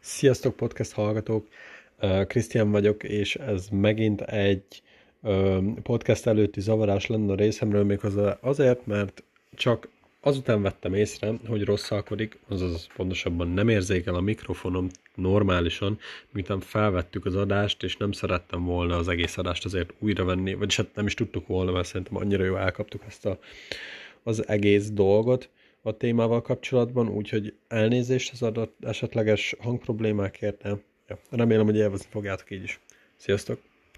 Sziasztok, podcast hallgatók! Krisztián vagyok, és ez megint egy podcast előtti zavarás lenne a részemről, méghozzá azért, mert csak azután vettem észre, hogy rosszalkodik, azaz pontosabban nem érzékel a mikrofonom normálisan, miután felvettük az adást, és nem szerettem volna az egész adást azért újra venni, vagyis hát nem is tudtuk volna, mert szerintem annyira jól elkaptuk ezt az egész dolgot a témával kapcsolatban, úgyhogy elnézést az adott esetleges hangproblémákért. Ja, remélem, hogy élvezni fogjátok így is. Sziasztok!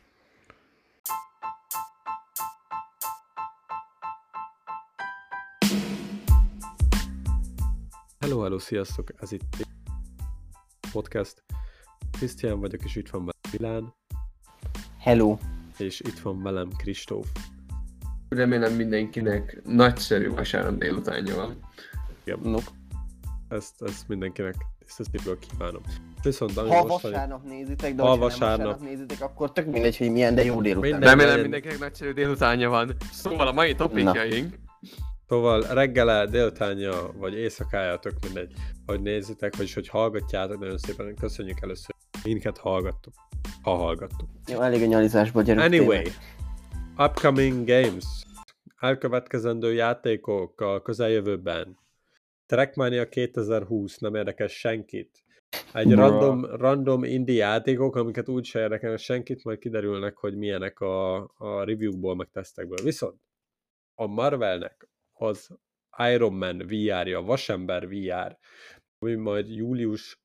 Hello, sziasztok! Ez itt a podcast. Krisztián vagyok, és itt van velem Milán. Hello! És itt van velem Kristóf. Remélem mindenkinek nagyszerű vasárnap délutánja van. Igen. No. Ezt mindenkinek tisztességről kívánom. Viszont, ha vasárnap nézitek, de ha vasárnap nézitek, akkor tök mindegy, hogy milyen, de jó délután. Remélem mindenkinek nagyszerű délutánja van. Szóval a mai topikjaink. Szóval reggele, délutánja, vagy éjszakája, tök mindegy, hogy nézitek, vagyis hogy hallgatjátok, nagyon szépen köszönjük először, minket hallgattuk, ha hallgattuk. Jó, elég a nyalizásból, gyerünk. Anyway, upcoming games, elkövetkezendő játékok a közeljövőben. Trackmania 2020, nem érdekes senkit. Egy random indie játékok, amiket úgyse érdekelnek senkit, majd kiderülnek, hogy milyenek a reviewkból, meg tesztekből. Viszont a Marvelnek az Iron Man VR-ja, Vasember VR, ami majd július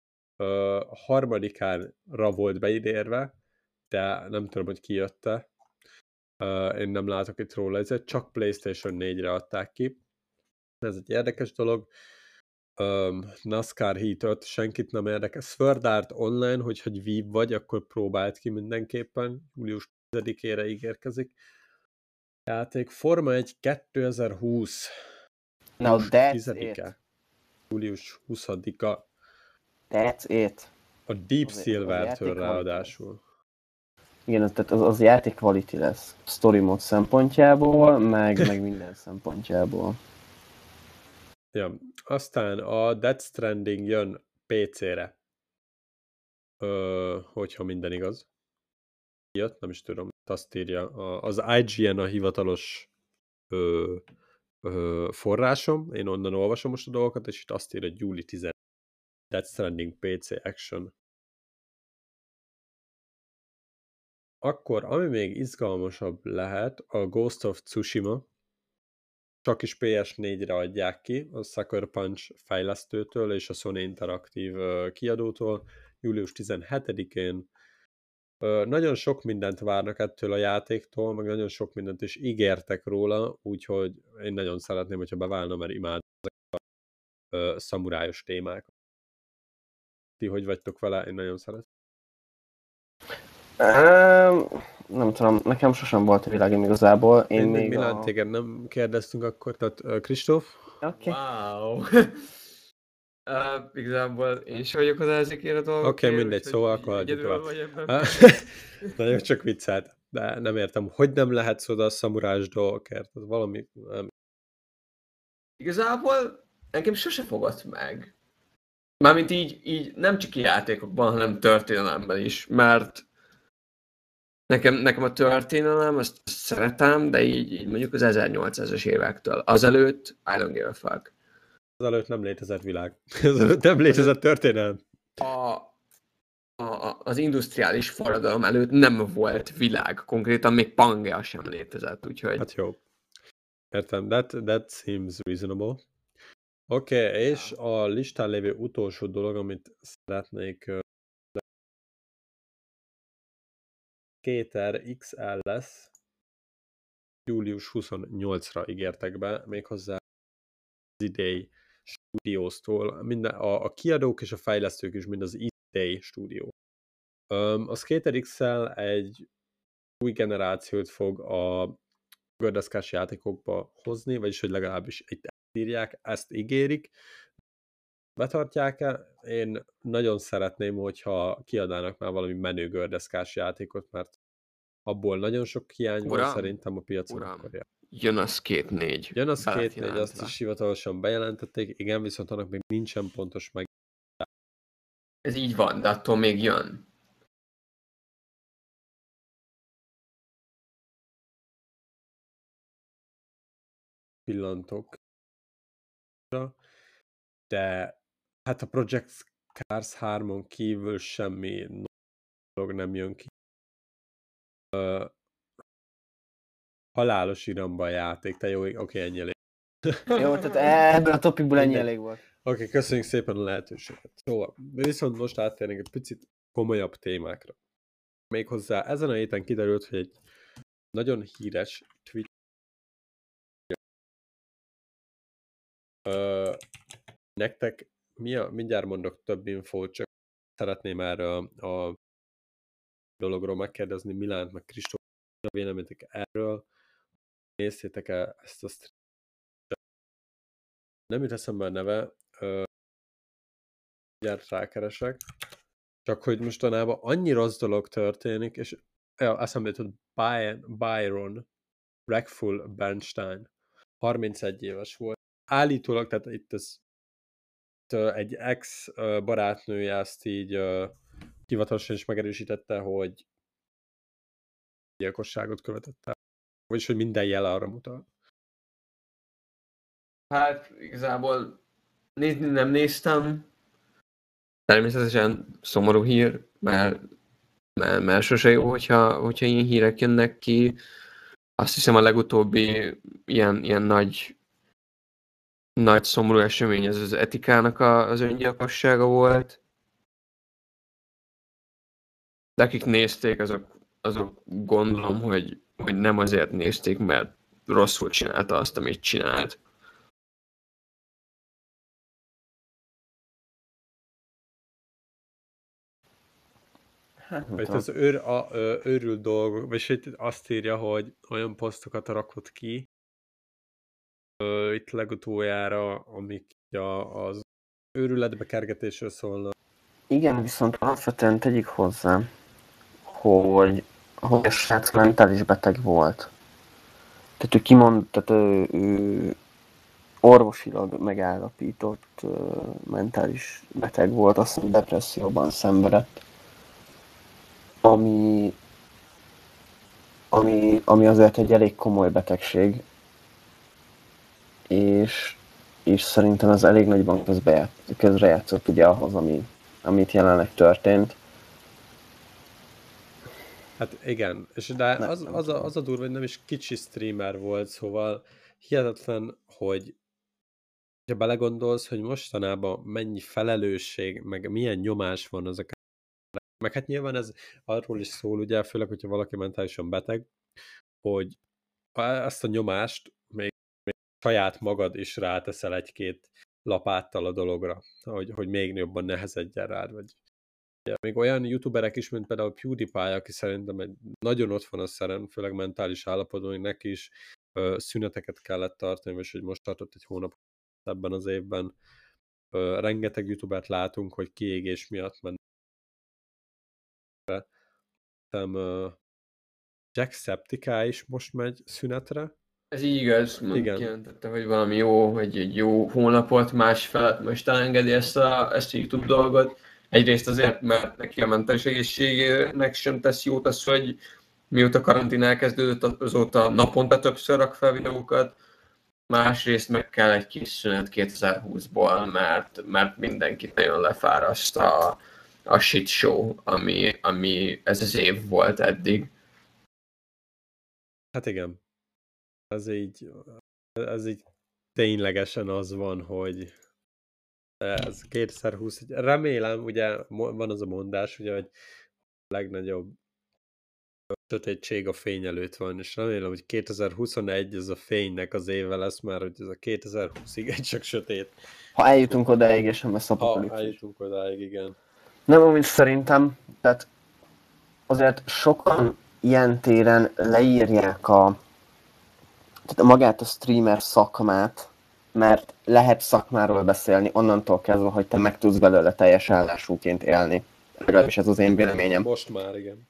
3-án volt beidérve, de nem tudom, hogy kijötte. Én nem látok itt róla, ez csak PlayStation 4-re adták ki. Ez egy érdekes dolog. NASCAR Heat 5, senkit nem érdekel. Sword Art Online, hogy Wii vagy, akkor próbáld ki mindenképpen. Július 10-ére ígérkezik. Játék Forma 1 2020. Now that's it. Július 20-a. That's it. A Deep Silver-től ráadásul. Igen, tehát az játék quality lesz. Story mode szempontjából, meg minden szempontjából. Ja, aztán a Death Stranding jön PC-re. Hogyha minden igaz. Jött, nem is tudom, azt írja. Az IGN a hivatalos forrásom, én onnan olvasom most a dolgokat, és itt azt írja, hogy júli 10. Death Stranding PC Action. Akkor, ami még izgalmasabb lehet, a Ghost of Tsushima, csak is PS4-re adják ki, a Sucker Punch fejlesztőtől és a Sony Interactive kiadótól, július 17-én. Nagyon sok mindent várnak ettől a játéktól, meg nagyon sok mindent is ígértek róla, úgyhogy én nagyon szeretném, hogyha beválna, mert imádom ezeket a szamurájos témákat. Ti hogy vagytok vele? Én nagyon szeretem. Nem tudom, nekem sosem volt a világom igazából. Én még Milán, téged nem kérdeztünk akkor, tehát Kristóf? Okay. Wow! Igazából én is vagyok az ezekért a dolgok. Oké, mindegy, szóval akkor hagyjuk tovább. Nagyon csak viccelt, de nem értem, hogy nem lehetsz oda a szamurás dolgokért, az valami... Nem. Igazából engem sose fogott meg. Mármint így nem csak játékokban, hanem történelemben is, mert nekem a történelem, azt szeretem, de így mondjuk az 1800-as évektől. Azelőtt, I don't give a fuck. Azelőtt nem létezett világ. Azelőtt nem létezett történelem. Az industriális forradalom előtt nem volt világ. Konkrétan még Pangea sem létezett, úgyhogy... Hát jó. Értem, that seems reasonable. Oké, és a listán lévő utolsó dolog, amit szeretnék... Skater XL lesz. Július 28-ra ígértek be, méghozzá az idei Studios-tól. A kiadók és a fejlesztők is mind az idei stúdió. A Skater XL egy új generációt fog a gördeszkás játékokba hozni, vagyis hogy legalábbis írják, ezt ígérik. Betartják-e? Én nagyon szeretném, hogyha kiadnának már valami menő gördeszkás játékot, mert abból nagyon sok hiány van szerintem a piacon. Jön a Skate 4. Jön a Skate 4, azt is hivatalosan bejelentették, igen, viszont annak még nincsen pontos meg. Ez így van, de attól még jön. Pillantok. De hát a Project Cars 3-on kívül semmi dolog nem jön ki. Halálos iramban a játék, te jó, oké, ennyi elég. Jó, tehát ebből a topikból ennyi elég volt. Oké, köszönjük szépen a lehetőséget. Szóval, viszont most áttérnénk egy picit komolyabb témákra. Méghozzá ezen a héten kiderült, hogy egy nagyon híres Twitch nektek mindjárt mondok több infót, csak szeretném erre a dologról megkérdezni Milánt, meg Kristóf, a véleményetek erről. Nézzétek el ezt a streamet. Nem jut eszembe a neve, mindjárt rákeresek. Csak hogy mostanában annyi rossz dolog történik, és eszembe jutott Byron Rackful Bernstein. 31 éves volt. Állítólag, tehát itt ez egy ex-barátnője ezt így hivatalosan is megerősítette, hogy gyilkosságot követett el. Vagyis, hogy minden jel arra mutat. Hát igazából nézni nem néztem. Természetesen szomorú hír, mert sose jó, hogyha ilyen hírek jönnek ki. Azt hiszem a legutóbbi ilyen nagy szomorú esemény az Etikának az öngyilkossága volt. De akik nézték, azok gondolom, hogy nem azért nézték, mert rosszul csinálta azt, amit csinált. Hát, Itt az őrült dolgok, vagy itt azt írja, hogy olyan posztokat rakott ki, itt legutoljára, amik az őrületbe kergetésről szólnak. igen, viszont alapvetően tegyük hozzá, hogy a srác mentális beteg volt. Tehát ő orvosilag megállapított mentális beteg volt, azt hiszem depresszióban szenvedett. Ami azért egy elég komoly betegség, és szerintem ez elég nagyban közrejátszott ugye ahhoz, amit jelenleg történt. Hát igen, de az a durva, hogy nem is kicsi streamer volt, szóval hihetetlen, hogy ha belegondolsz, hogy mostanában mennyi felelősség, meg milyen nyomás van ezeken. Meg hát nyilván ez arról is szól, ugye, főleg, hogyha valaki mentálisan beteg, hogy ezt a nyomást még saját magad is ráteszel egy-két lapáttal a dologra, hogy még jobban nehezedjen rád, vagy ugye, még olyan youtuberek is, mint például PewDiePie, aki szerintem egy nagyon ott van a szeren, főleg mentális állapotban, hogy neki is szüneteket kellett tartani, és hogy most tartott egy hónap ebben az évben. Rengeteg youtubert látunk, hogy kiégés miatt mennek. Jacksepticeye is most megy szünetre. Ez így igaz, kijelentette, hogy valami jó, vagy egy jó hónapot, más felett most elengedi ezt a YouTube dolgot. Egyrészt azért, mert neki a mentális egészségének sem tesz jót az, hogy mióta karantén elkezdődött, azóta naponta többször rak fel videókat. Másrészt meg kell egy kis szünet 2020-ból, mert mindenkit nagyon lefáraszt a shit show, ami ez az év volt eddig. Hát igen. Ez így ténylegesen az van, hogy ez 2020, remélem, ugye van az a mondás, ugye, hogy a legnagyobb sötétség a fény előtt van, és remélem, hogy 2021 ez a fénynek az éve lesz, mert hogy ez a 2020-ig egy csak sötét. Ha eljutunk odáig, és nem lesz apokalipszis. Ha eljutunk odáig, igen. Nem, amit szerintem, tehát azért sokan ilyen téren leírják tehát magát a streamer szakmát, mert lehet szakmáról beszélni onnantól kezdve, hogy te meg tudsz belőle teljes állásúként élni. Legalábbis ez az én véleményem. Most már, igen.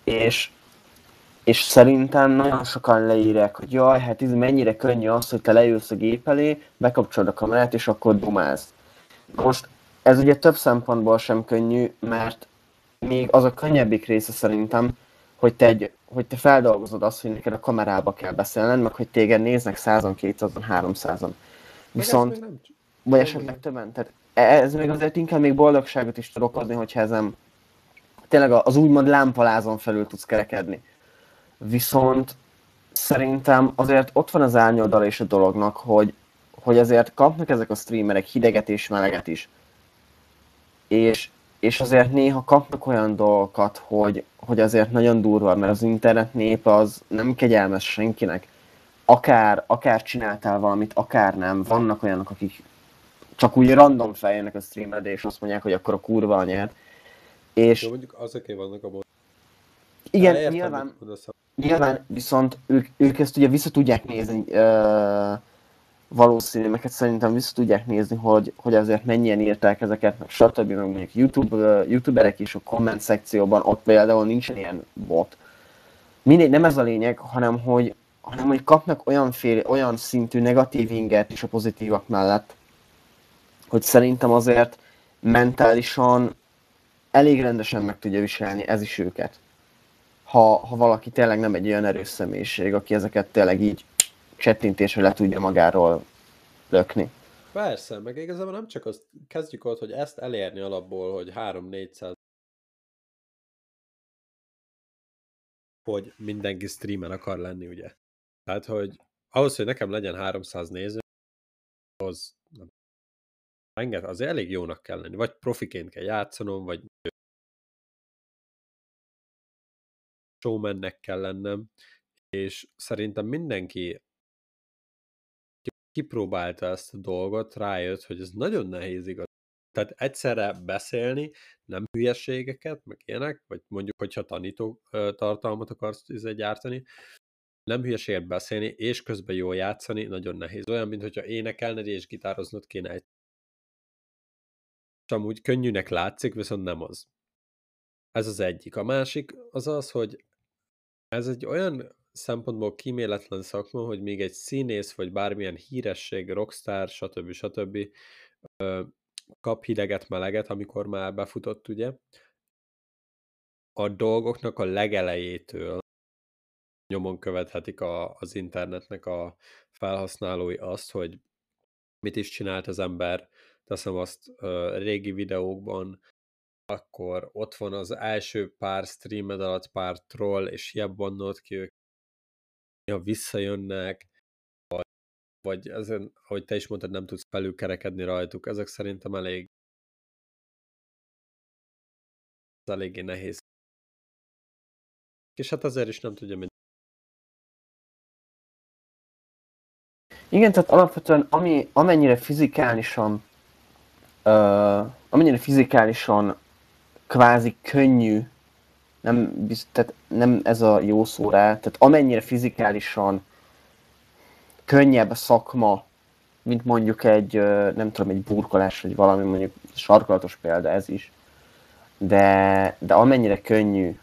És szerintem nagyon sokan leírják, hogy jaj, hát ez mennyire könnyű az, hogy te leülsz a gép elé, bekapcsolod a kamerát, és akkor dumálsz. Most ez ugye több szempontból sem könnyű, mert még az a könnyebbik része szerintem, hogy te feldolgozod azt, hogy neked a kamerába kell beszélned, meg hogy téged néznek 100-an, 200-an, 300-an. Viszont, nem... vagy esetleg többen. Tehát ez még azért inkább még boldogságot is tud okozni, hogyha ezen tényleg az úgymond lámpalázon felül tudsz kerekedni. Viszont szerintem azért ott van az árnyoldala is a dolognak, hogy azért kapnak ezek a streamerek hideget és meleget is. És azért néha kapnak olyan dolgokat, hogy azért nagyon durva, mert az internet nép az nem kegyelmes senkinek. Akár csináltál valamit, akár nem. Vannak olyanok, akik csak úgy random feljönnek a streamedre, és azt mondják, hogy akkor a kurva anyád. És Jó, mondjuk azoké vannak a igen, értem, nyilván, mit mondasz. nyilván, viszont ők ezt ugye vissza tudják nézni, valószínű, meg szerintem vissza tudják nézni, hogy azért mennyien írták ezeket, meg stb. Meg mondjuk youtuberek is a komment szekcióban, ott például nincsen ilyen bot. Mindegy, nem ez a lényeg, hanem hogy kapnak olyan szintű negatív inget is a pozitívak mellett, hogy szerintem azért mentálisan elég rendesen meg tudja viselni ez is őket. Ha valaki tényleg nem egy olyan erős személyiség, aki ezeket tényleg így csettintésre le tudja magáról lökni. Persze, meg igazából nem csak azt kezdjük ott, hogy ezt elérni alapból, hogy 3-400, hogy mindenki streamer akar lenni, ugye. Tehát, hogy ahhoz, hogy nekem legyen 300 néző, az nem. Engem azért elég jónak kell lenni. Vagy profiként kell játszanom, vagy showmannek kell lennem, és szerintem mindenki kipróbálta ezt a dolgot, rájött, hogy ez nagyon nehéz igaz. Tehát egyszerre beszélni, nem hülyeségeket, meg ilyenek, vagy mondjuk, hogyha tanító tartalmat akarsz gyártani, nem hülyeséget beszélni, és közben jól játszani, nagyon nehéz. Olyan, mint hogyha énekelned és gitároznod kéne egy. És amúgy könnyűnek látszik, viszont nem az. Ez az egyik. A másik az az, hogy ez egy olyan szempontból kíméletlen szakma, hogy még egy színész, vagy bármilyen híresség, rockstar, stb. Kap hideget, meleget, amikor már befutott, ugye. A dolgoknak a legelejétől nyomon követhetik az internetnek a felhasználói azt, hogy mit is csinált az ember. Teszem azt régi videókban, akkor ott van az első pár streamed alatt pár troll, és hiába bannolod ki ők, ha visszajönnek, vagy ezen, ahogy te is mondtad, nem tudsz felülkerekedni rajtuk. Ezek szerintem eléggé nehéz. És hát azért is nem tudja, mint. Igen, tehát alapvetően amennyire fizikálisan kvázi könnyű, tehát nem ez a jó szó rá, tehát amennyire fizikálisan könnyebb szakma, mint mondjuk nem tudom, egy burkolás, vagy valami, mondjuk sarkalatos példa ez is, de amennyire könnyű,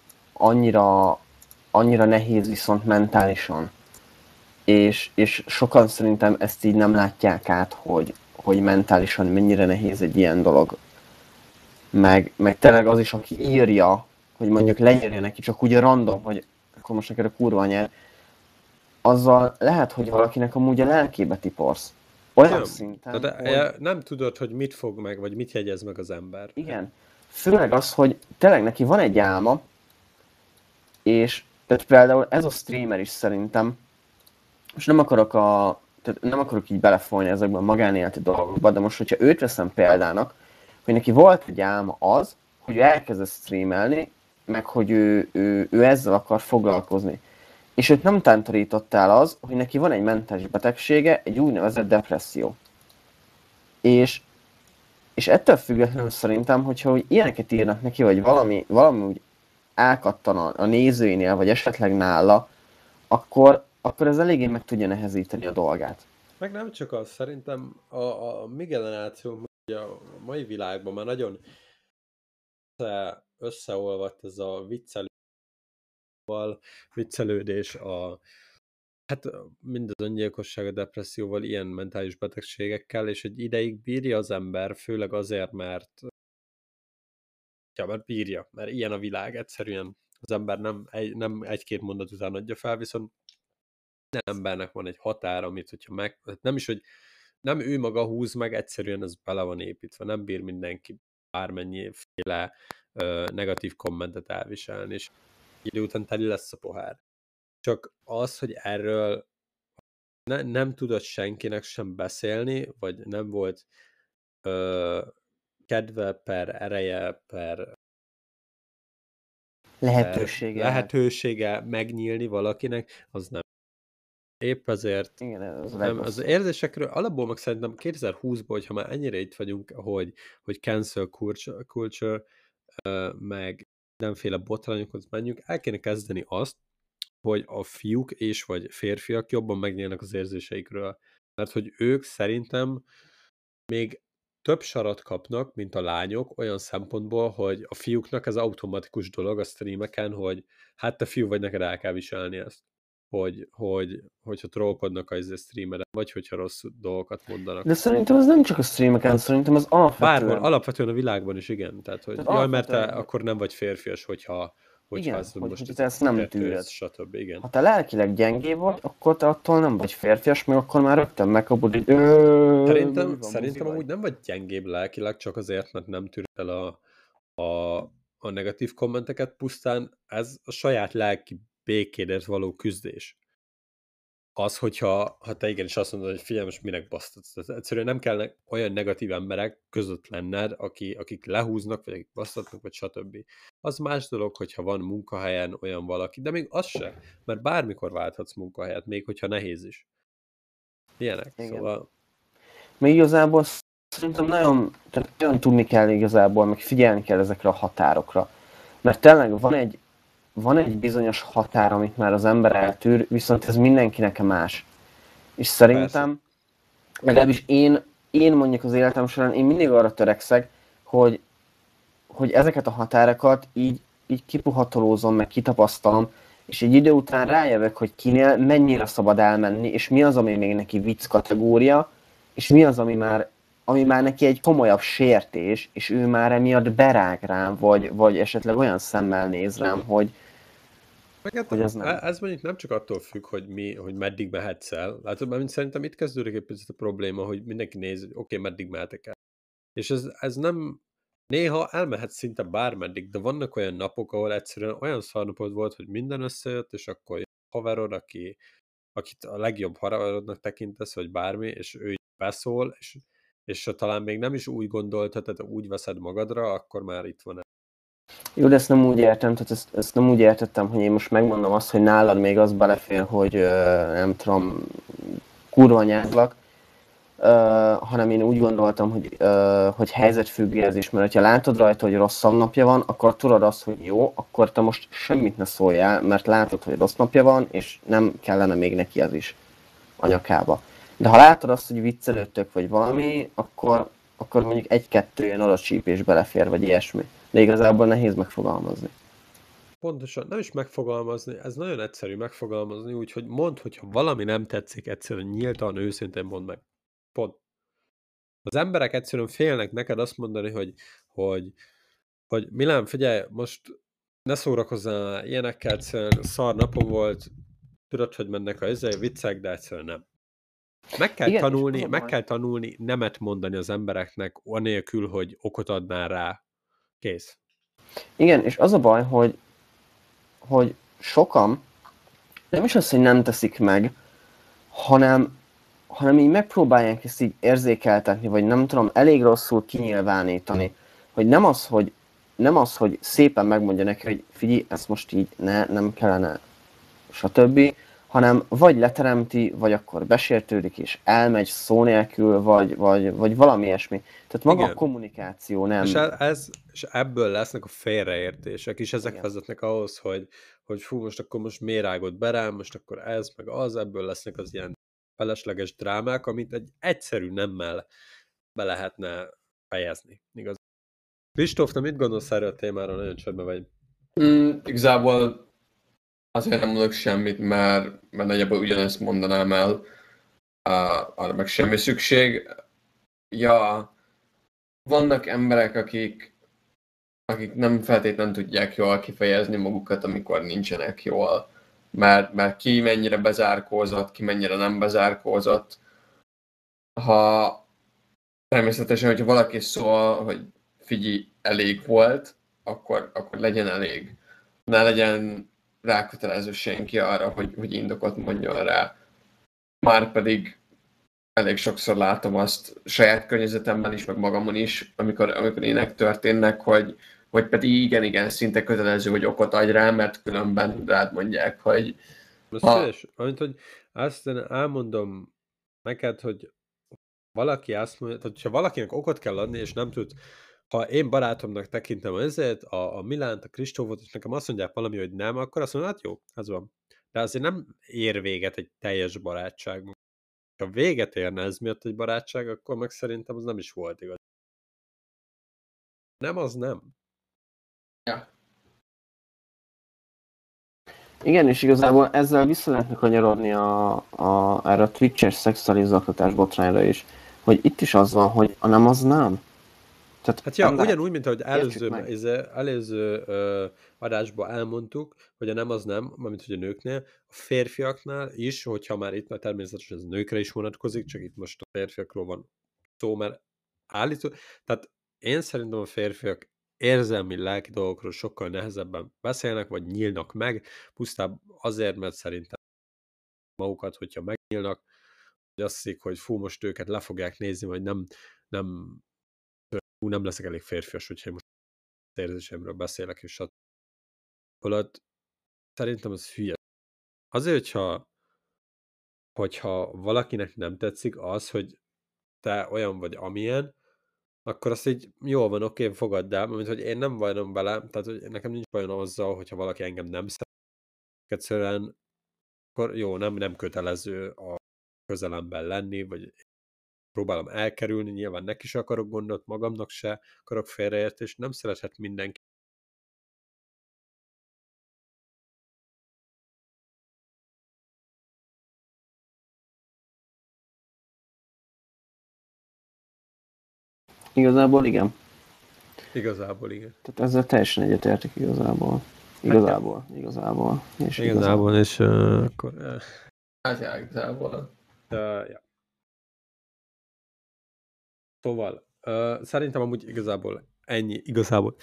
annyira nehéz viszont mentálisan. És sokan szerintem ezt így nem látják át, hogy mentálisan mennyire nehéz egy ilyen dolog. Meg tényleg az is, aki írja, hogy mondjuk leírja neki csak úgy random, hogy akkor most neked a kurva anyád, azzal lehet, hogy valakinek amúgy a lelkébe tiporsz. Olyan Nem. szinten, De nem tudod, hogy mit fog meg, vagy mit jegyez meg az ember. Igen. Főleg az, hogy tényleg neki van egy álma, és tehát például ez a streamer is szerintem, most nem akarok így belefolyni ezekben a magánéleti dolgokba, de most, hogyha őt veszem példának, hogy neki volt egy álma az, hogy ő elkezdett streamelni, meg hogy ő ezzel akar foglalkozni. És őt nem tántorított el az, hogy neki van egy mentális betegsége, egy úgynevezett depresszió. És ettől függetlenül szerintem, hogyha úgy ilyeneket írnak neki, vagy valami úgy elkattan a nézőinél, vagy esetleg nála, akkor ez eléggé meg tudja nehezíteni a dolgát. Meg nem csak az, szerintem a mi generációnk, ugye a mai világban már nagyon összeolvadt ez a viccelődés, Hát mind az öngyilkosság, a depresszióval, ilyen mentális betegségekkel, és egy ideig bírja az ember, főleg azért, mert bírja, mert ilyen a világ, egyszerűen az ember nem egy-két mondat után adja fel, viszont minden embernek van egy határ, amit hogyha nem is, hogy nem ő maga húz meg, egyszerűen ez bele van építve, nem bír mindenki bármennyiféle negatív kommentet elviselni, és idő után teli lesz a pohár. Csak az, hogy erről nem tudott senkinek sem beszélni, vagy nem volt kedve, per ereje, per lehetősége megnyílni valakinek, az nem. Épp ezért Igen, ez nem, az érzésekről alapból meg szerintem 2020-ban, hogyha már ennyire itt vagyunk, hogy cancel culture, meg mindenféle botrányokhoz menjünk, el kéne kezdeni azt, hogy a fiúk és vagy férfiak jobban megnyílnak az érzéseikről. Mert hogy ők szerintem még több sarat kapnak, mint a lányok, olyan szempontból, hogy a fiúknak ez automatikus dolog a streameken, hogy hát te fiú vagy, neked el kell viselni ezt. Hogyha trollkodnak a streameren, vagy hogyha rossz dolgokat mondanak. De szerintem ez nem csak a streameken, szerintem az alapvetően... Bárhol, alapvetően a világban is, igen. Tehát, hogy jaj, mert te akkor nem vagy férfias, hogyha igen, ez most te ezt nem tűröd. Stb. Igen. Ha te lelkileg gyengébb vagy, akkor te attól nem vagy férfias, meg akkor már rögtön megkapod, hogy Szerintem amúgy nem vagy gyengébb lelkileg, csak azért, mert nem tűröd el a negatív kommenteket, pusztán ez a saját lelki békédért való küzdés. Az, hogyha te igenis azt mondod, hogy figyelj, most minek basztatsz. Tehát egyszerűen nem kell olyan negatív emberek között lenned, akik lehúznak, vagy akik basztatnak, vagy stb. Az más dolog, hogyha van munkahelyen olyan valaki, de még az se, mert bármikor válthatsz munkahelyet, még hogyha nehéz is. Ilyenek, igen. Szóval... Még igazából szerintem nagyon tudni kell igazából, meg figyelni kell ezekre a határokra. Mert tényleg van egy bizonyos határ, amit már az ember eltűr, viszont ez mindenkinek más. És szerintem, legalábbis én mondjuk az életem során, én mindig arra törekszek, hogy ezeket a határokat így kipuhatolózom, meg kitapasztalom, és egy idő után rájövök, hogy kinél mennyire szabad elmenni, és mi az, ami még neki vicc kategória, és mi az, ami már neki egy komolyabb sértés, és ő már emiatt berág rám, vagy esetleg olyan szemmel néz rám, hogy ez nem. Ez mondjuk nem csak attól függ, hogy meddig mehetsz el. Látod, mert szerintem itt kezdődik egy picit a probléma, hogy mindenki néz, hogy oké, meddig mehetek el. És ez nem... Néha elmehet szinte bármeddig, de vannak olyan napok, ahol egyszerűen olyan szarnapod volt, hogy minden összejött, és akkor haverod, akit a legjobb haverodnak tekintesz, vagy bármi, és ő így beszól, és ha talán még nem is úgy gondoltad, tehát úgy veszed magadra, akkor már itt van. Jó, de ezt nem úgy értem, tehát ezt nem úgy értettem, hogy én most megmondom azt, hogy nálad még az belefér, hogy nem tudom, kurva nyáglak, hanem én úgy gondoltam, hogy helyzetfüggő, mert ha látod rajta, hogy rosszabb napja van, akkor tudod azt, hogy jó, akkor te most semmit ne szóljál, mert látod, hogy rossz napja van, és nem kellene még neki az is a nyakába. De ha látod azt, hogy viccelődtök, vagy valami, akkor mondjuk egy-kettő ilyen adatsípés belefér, vagy ilyesmi. De igazából nehéz megfogalmazni. Pontosan, nem is megfogalmazni, ez nagyon egyszerű megfogalmazni, úgyhogy mondd, hogyha valami nem tetszik, egyszerűen nyíltan, őszintén mondd meg. Pont. Az emberek egyszerűen félnek neked azt mondani, hogy Milán, figyelj, most ne szórakozzál ilyenekkel, egyszerűen szar napom volt, tudod, hogy mennek a viccek, de egyszerűen nem. Meg kell tanulni nemet mondani az embereknek, anélkül, hogy okot adnál rá. Kész. Igen, és az a baj, hogy sokan nem is az, hogy nem teszik meg, hanem így megpróbálják ezt így érzékeltetni, vagy nem tudom, elég rosszul kinyilvánítani. Hogy nem az, hogy szépen megmondja neki, hogy figyelj, ezt most így nem kellene, stb., hanem vagy leteremti, vagy akkor besértődik és elmegy szó nélkül, vagy valami ilyesmi. Tehát maga igen. A kommunikáció nem... És ebből lesznek a félreértések, és ezek igen. Vezetnek ahhoz, hogy fú, most miért rágott be rám, most akkor ez, meg az, ebből lesznek az ilyen felesleges drámák, amit egy egyszerű nemmel be lehetne fejezni. Igaz? Kristóf, te mit gondolsz erről a témáról? Nagyon csodba vagy. Igazából azért nem mondok semmit, mert nagyjából ugyanezt mondanám el, arra meg semmi szükség. Ja, vannak emberek, akik nem feltétlenül tudják jól kifejezni magukat, amikor nincsenek jól. Mert ki mennyire bezárkózott, ki mennyire nem bezárkózott. Ha természetesen, hogyha valaki szól, hogy figyelj, elég volt, akkor legyen elég. Ne legyen rákötelező senki arra, hogy indokot mondjon rá. Márpedig elég sokszor látom azt saját környezetemben is, meg magamon is, amikor ilyenek történnek, hogy pedig igen, szinte kötelező, hogy okot adj rá, mert különben rád mondják, hogy Amint, hogy azt elmondom neked, hogy valaki azt mondja, tehát ha valakinek okot kell adni, és nem tud, ha én barátomnak tekintem ezért, a Milánt, a Kristófot, és nekem azt mondják valami, hogy nem, akkor azt mondom, hát jó, ez van. De azért nem ér véget egy teljes barátság. Ha véget érne ez miatt egy barátság, akkor meg szerintem az nem is volt igaz. Nem, az nem. ja. Igen, és igazából ezzel vissza lehetne kanyarodni erre a Twitch-es szexuális zaklatás botrányra is, hogy itt is az van, hogy a nem az nem. Tehát Hát ja, ember, ugyanúgy, mint ahogy értsük előző adásban elmondtuk, hogy a nem az nem, mármint hogy a nőknél, a férfiaknál is, hogyha már itt, mert természetesen ez a nőkre is vonatkozik, csak itt most a férfiakról van szó, mert állító, tehát én szerintem a férfiak érzelmi, lelki dolgokról sokkal nehezebben beszélnek, vagy nyílnak meg, pusztán azért, mert szerintem magukat, hogyha megnyílnak, hogy azt hiszik, hogy fú, most őket le fogják nézni, vagy nem leszek elég férfias, hogyha én most érzésemről beszélek, és holott szerintem az hülye. Azért, hogyha valakinek nem tetszik az, hogy te olyan vagy, amilyen, akkor azt így jól van, oké, fogadd el, mint hogy én nem vagyom vele, tehát hogy nekem nincs bajom azzal, hogyha valaki engem nem szeret, egyszerűen, akkor jó, nem kötelező a közelemben lenni, vagy próbálom elkerülni, nyilván neki is akarok gondot, magamnak se akarok félreértést, nem szerethet mindenki. Igazából igen. Igazából igen. Tehát ezzel teljesen egyetértek igazából. Igazából. És akkor... Hát igazából. Ja. Szóval, szerintem amúgy igazából ennyi. Igazából.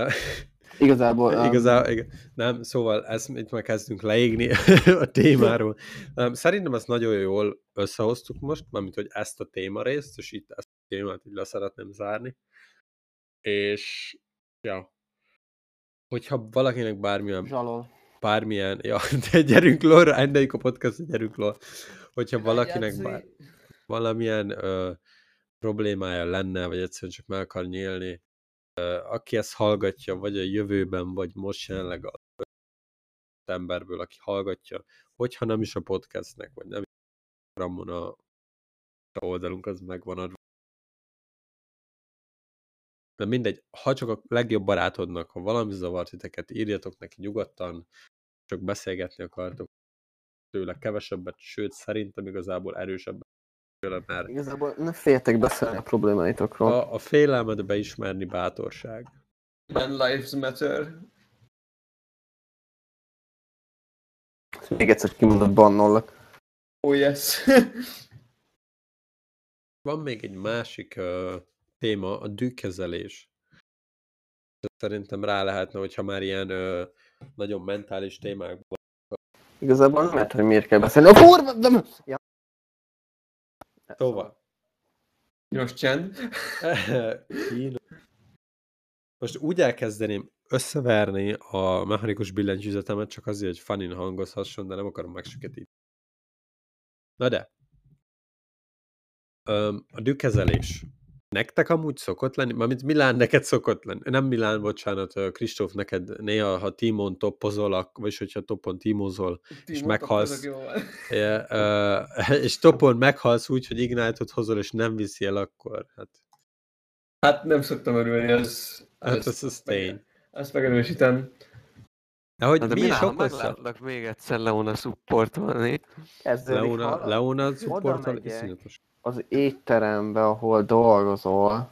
Igen. Nem, szóval ezt itt már kezdünk leégni a témáról. Szerintem ezt nagyon jól összehoztuk most, mármint, hogy ezt a témarészt, és itt ezt a témát így le szeretném zárni. És, ja, hogyha valakinek bármilyen, ja, de gyerünk lorra, endeljük a podcast, gyerünk lorra. Hogyha valakinek valamilyen problémája lenne, vagy egyszerűen csak meg akar nyílni, aki ezt hallgatja, vagy a jövőben, vagy most jelenleg az emberből, aki hallgatja, hogyha nem is a podcastnek, vagy nem is a Ramon a oldalunk, az megvan adva. De mindegy, ha csak a legjobb barátodnak, ha valami zavart titeket, írjatok neki nyugodtan, csak beszélgetni akartok tőle kevesebbet, sőt, szerintem igazából erősebbet tőle, mert igazából ne féljetek beszélni a problémáitokról. A félelmet beismerni bátorság. Man lives matter. Még egyszer kimondott bannollak. Oh yes. Van még egy másik téma, a dühkezelés. Szerintem rá lehetne, hogyha már ilyen nagyon mentális témákban. Igazából nem lehet, hogy miért kell beszélni. A kurva! Nem! Ja. Szóval. Gyors csend. Most úgy elkezdeném összeverni a mechanikus billentyűzetemet, csak azért, hogy fanin hangozhasson, de nem akarom megsüketíteni. Na de. A dühkezelés. Nektek amúgy szokott lenni? Mármint Milán, neked szokott lenni. Nem Milán, bocsánat, Kristóf, neked néha, ha tímon toppozol, vagyis hogyha toppon tímozol, és meghalsz. És toppon meghalsz úgy, hogy Ignite-ot hozol, és nem viszi el, akkor hát nem szoktam örülni, ez az tény. Ezt megerősítem. De hogy De mi is Milán, ha okozza? meglátlak még egyszer Leona supportolni. Kezdődik hallod? Leona Oda supporttal megyek iszonyatos. az étterembe, ahol dolgozol.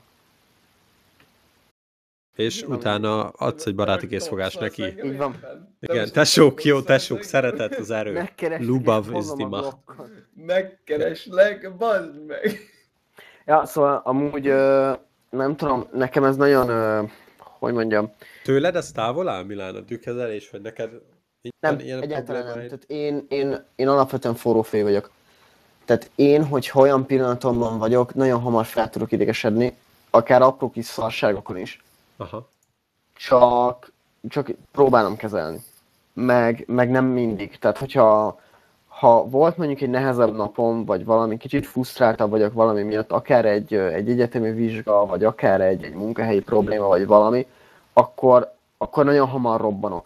És utána adsz egy baráti készfogást neki. Így van. Igen, tesók, jó tesók, szeretet az erő. Megkereslek és Lubav is hozom a die Macht. blokkot. Megkereslek, bazd meg! Ja, szóval amúgy nem tudom, nekem ez nagyon, hogy mondjam, Tőled ez távol áll, Milán, a dühkezelés, vagy neked nem, nincsen ilyen egyáltalán nem. problémáid? Tehát én alapvetően forrófej vagyok. Tehát én, hogyha olyan pillanatomban vagyok, nagyon hamar fel tudok idegesedni, akár apró kis szarságokon is. Aha. Csak próbálom kezelni. Meg nem mindig. Tehát, ha volt mondjuk egy nehezebb napom, vagy valami kicsit frusztráltabb vagyok valami miatt, akár egy egyetemi vizsga, vagy akár egy munkahelyi probléma, vagy valami, akkor nagyon hamar robbanok.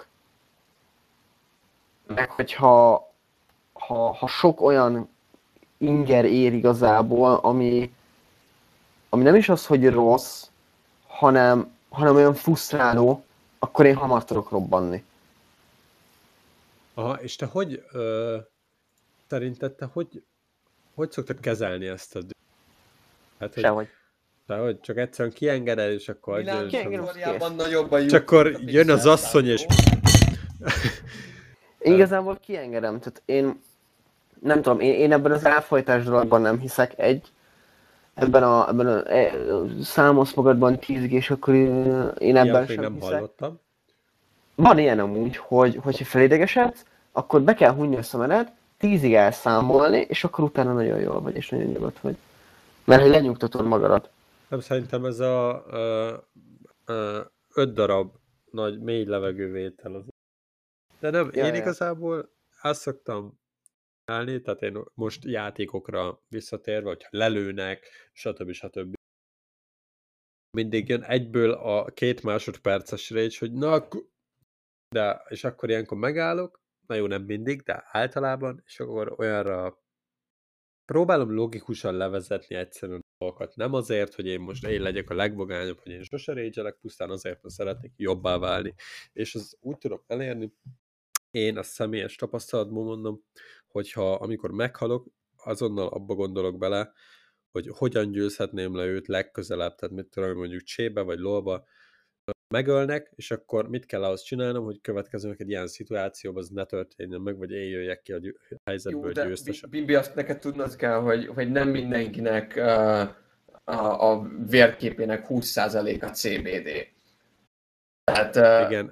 Meg hogyha sok olyan inger ér igazából, ami nem is az, hogy rossz, hanem olyan frusztráló, akkor én hamar tudok robbanni. Aha, és te szerinted te hogy szoktad kezelni ezt a hát, Sehogy. hogy csak egyszerűen kiengeded, és akkor Milán kiengedem, Viktóriában nagyobb a lyuk, csak akkor mint a jön az asszony, és Igazából kiengedem, tehát én nem tudom, én ebben az elfojtás dologban nem hiszek. Ebben a számos magadban 10-ig, és akkor én ebben ilyet még sem nem hiszek. hallottam. Van ilyen amúgy, hogyha felidegesedsz, akkor be kell hunni a szemedet, 10-ig elszámolni, és akkor utána nagyon jól vagy, és nagyon nyugodt vagy. Mert hogy lenyugtatod magadat. Nem, szerintem ez a 5 darab nagy, mély levegővétel az. De nem, Ja, én ja. igazából azt szoktam állni, tehát én most játékokra visszatérve, hogyha lelőnek, stb. Mindig jön egyből a 2 másodperces rage, hogy na, de, és akkor ilyenkor megállok, na jó, nem mindig, de általában, és akkor olyanra próbálom logikusan levezetni egyszerűen dolgokat. Nem azért, hogy én legyek a legvagányabb, hogy én sose rage-elek, pusztán azért, mert szeretnék jobbá válni. És az úgy tudom elérni, én a személyes tapasztalatból mondom, hogyha amikor meghalok, azonnal abba gondolok bele, hogy hogyan győzhetném le őt legközelebb, tehát mit tudom, mondjuk csébe vagy lolba megölnek, és akkor mit kell ahhoz csinálnom, hogy következőnek egy ilyen szituációban az ne történjen meg, vagy én jöjjek ki a helyzetből győztesen. Bimbi, azt neked tudnod kell, hogy nem mindenkinek a vérképének 20%-a CBD. Tehát, igen.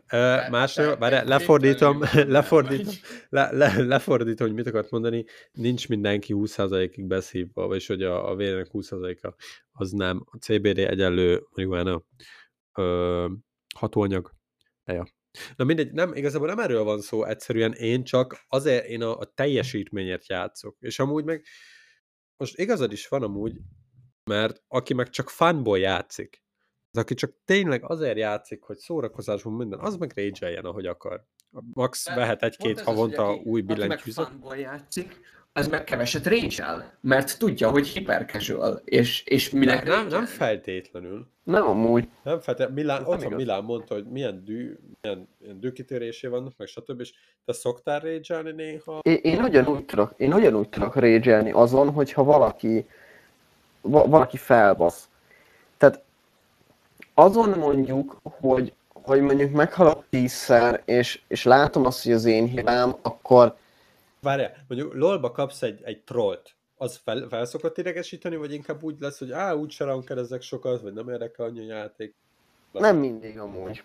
Lefordítom, hogy mit akart mondani. Nincs mindenki 20%-ig beszívva, vagyis hogy a vérének 20%-a az nem. A CBD egyenlő marihuana hatóanyag. Ja. Na mindegy, igazából nem erről van szó, egyszerűen én a teljesítményért játszok. És amúgy meg most igazad is van amúgy, mert aki meg csak funból játszik, az aki csak tényleg azért játszik, hogy szórakozásban minden, az meg rage-eljen, ahogy akar. Max vehet egy-két havonta új billentyűzet. Aki meg funból játszik, az meg keveset rage-el, mert tudja, hogy hyper-casual, és minek Nem feltétlenül. Nem amúgy. Nem feltétlenül. Ez nem Otthon igaz. Milán mondta, hogy milyen dűkitérésé vannak, meg stb. És te szoktál rage-elni néha? Én ugyanúgy tudok rage-elni azon, hogyha valaki felbasz. Tehát azon mondjuk, hogy mondjuk meghalok 10-szer, és látom azt, hogy az én hibám, akkor Várjál, mondjuk LOL-ba kapsz egy trollt. Az fel szokott idegesíteni, vagy inkább úgy lesz, hogy úgy se rankerezzek sokat, vagy nem érdekel annyi a játék? nem mindig amúgy.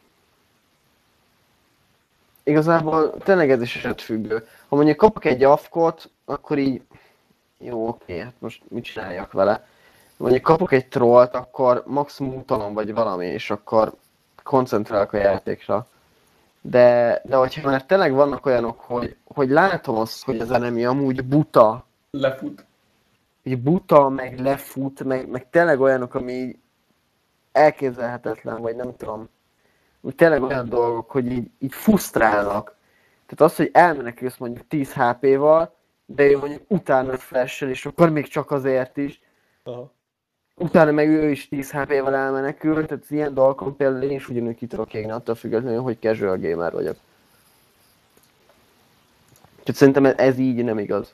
Igazából tényleg ez is esetfüggő. Ha mondjuk kapok egy afkot, akkor így jó, oké, hát most mit csináljak vele? Mondjuk kapok egy trollt, akkor maximum utalom vagy valami, és akkor koncentrálok a játékra. De hogyha már tényleg vannak olyanok, hogy látom azt, hogy az enemi amúgy buta, lefut. így buta, meg lefut, meg tényleg olyanok, ami így elképzelhetetlen, vagy nem tudom. Úgy tényleg olyan dolgok, hogy így frusztrálnak. Tehát az, hogy elmenekülsz mondjuk 10 HP-val, de ő mondjuk utána flash-el, és akkor még csak azért is. Aha. Utána meg ő is 10 HP-val elmenekül, tehát az ilyen dolgokon például én is ugyanúgy ki tudok égni, attól függetlenül, hogy casual gamer vagyok. Úgyhogy szerintem ez így nem igaz.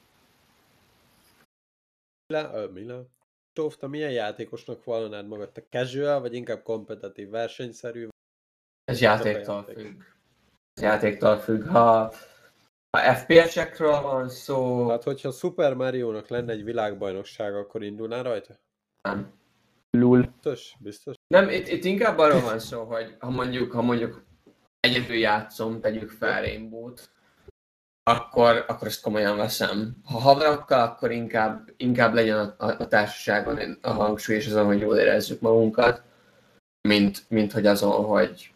Milán. Tófta, milyen játékosnak vallanád magad? Te casual, vagy inkább kompetitív, versenyszerű? Ez játéktól függ. Ez játéktól függ. Ha FPS-ekről van szó... Hát, hogyha Super Mario-nak lenne egy világbajnokság, akkor indulnál rajta? Nem. Lul. Biztos? Nem, itt inkább arról van szó, hogy ha mondjuk egyedül játszom, tegyük fel Rainbow-t, akkor ezt komolyan veszem. Ha haverokkal, akkor inkább legyen a társaságon a hangsúly és azon, hogy jól érezzük magunkat, mint hogy azon, hogy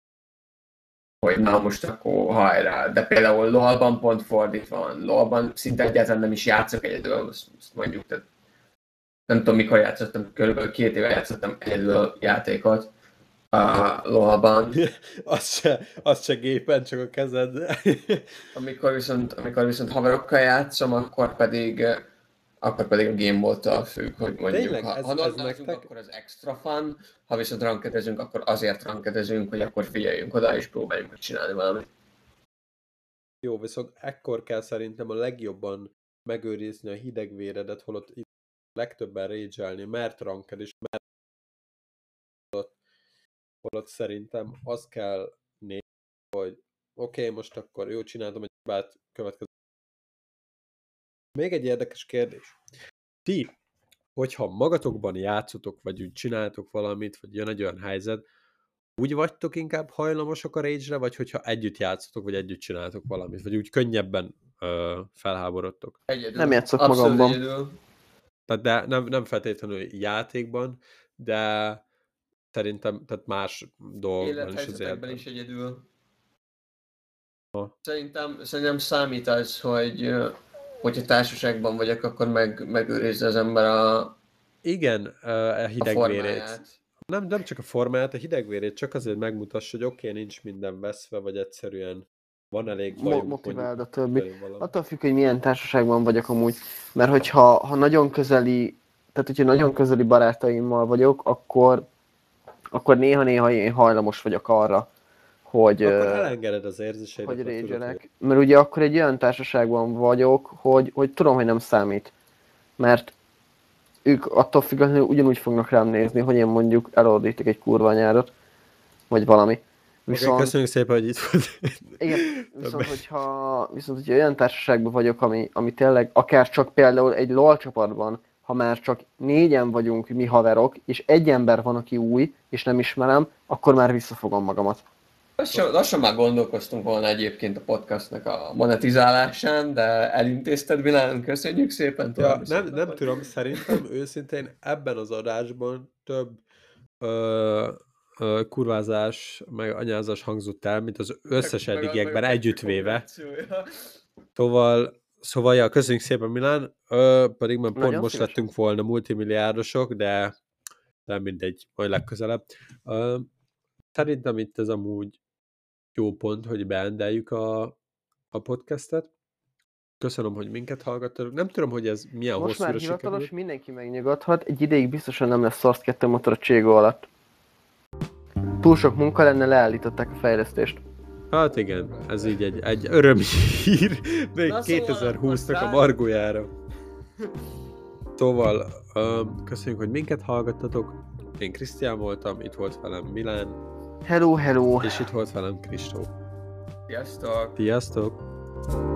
na most akkor hajrá. De például LoL-ban pont fordítva van. LoL-ban szinte egyáltalán nem is játszok egyedül, azt mondjuk. Tehát nem tudom mikor játszottam, körülbelül 2 éve játszottam egyedül játékot a LoL-ban. Az se gépen, csak a kezed. Amikor viszont haverokkal játszom, akkor pedig a Gameball-tól függ, hogy mondjuk, Tényleg? ha normálzunk, akkor az extra fun, ha viszont rankedezünk, akkor azért rankedezünk, hogy akkor figyeljünk oda és próbáljunk megcsinálni valamit. Jó, viszont ekkor kell szerintem a legjobban megőrizni a hideg véredet, holott itt legtöbben rage-elni, mert ranked és mert holott szerintem az kell nézni, hogy oké, most akkor jó, csináltam egy hibát, következő. Még egy érdekes kérdés. Ti, hogyha magatokban játszotok, vagy úgy csináltok valamit, vagy jön egy olyan helyzet, úgy vagytok inkább hajlamosak a rage-re, vagy hogyha együtt játszotok, vagy együtt csináltok valamit, vagy úgy könnyebben felháborodtok? Egyedül. Nem játszok Abszolút magamban. Egyedül. Tehát de nem feltétlenül játékban, de szerintem tehát más dolgokban is azért. Is egyedül. Ha. Szerintem számít az, hogy hogyha társaságban vagyok, akkor megőrizze az ember a hidegvérét. Nem csak a formáját, a hidegvérét, csak azért megmutassa, hogy oké, nincs minden veszve, vagy egyszerűen van elég bajunk. Motiváld a többi. Attól függ, hogy milyen társaságban vagyok amúgy. Mert hogyha nagyon közeli, tehát hogyha nagyon közeli barátaimmal vagyok, akkor néha én hajlamos vagyok arra, hogy... Akkor elengeded az érzéseidet. Hogy rage-elek. Mert ugye akkor egy olyan társaságban vagyok, hogy tudom, hogy nem számít. Mert ők attól függetlenül ugyanúgy fognak rám nézni, hogy én mondjuk elordítok egy kurva anyárat, vagy valami. Viszont... Okay, köszönjük szépen, hogy itt volt. Igen, viszont hogyha olyan társaságban vagyok, ami tényleg akár csak például egy LOL csapatban, ha már csak 4-en vagyunk mi haverok, és egy ember van, aki új, és nem ismerem, akkor már visszafogom magamat. Lassan már gondolkoztunk volna egyébként a podcastnak a monetizálásán, de elintézted, Milán, köszönjük szépen. Ja, nem tudom, szerintem őszintén ebben az adásban több kurvázás, meg anyázás hangzott el, mint az összes eddigiekben együttvéve. Szóval ja, köszönjük szépen, Milán. Pedig már pont most lettünk volna multimilliárdosok, de nem mindegy, majd legközelebb. Szerintem itt ez amúgy jó pont, hogy beendeljük a podcastet. Köszönöm, hogy minket hallgattatok. Nem tudom, hogy ez milyen most hosszúra sikerült. Most már hivatalos, mindenki megnyugodhat. Egy ideig biztosan nem lesz Source 2 motor a Cségó alatt. Túl sok munka lenne, leállították a fejlesztést. Hát igen, ez így egy örömhír, még 2020-nak a margójára. Szóval, köszönjük, hogy minket hallgattatok. Én Krisztián voltam, itt volt velem Milán. Hello, hello! És itt volt velem Kristó. Sziasztok! Sziasztok!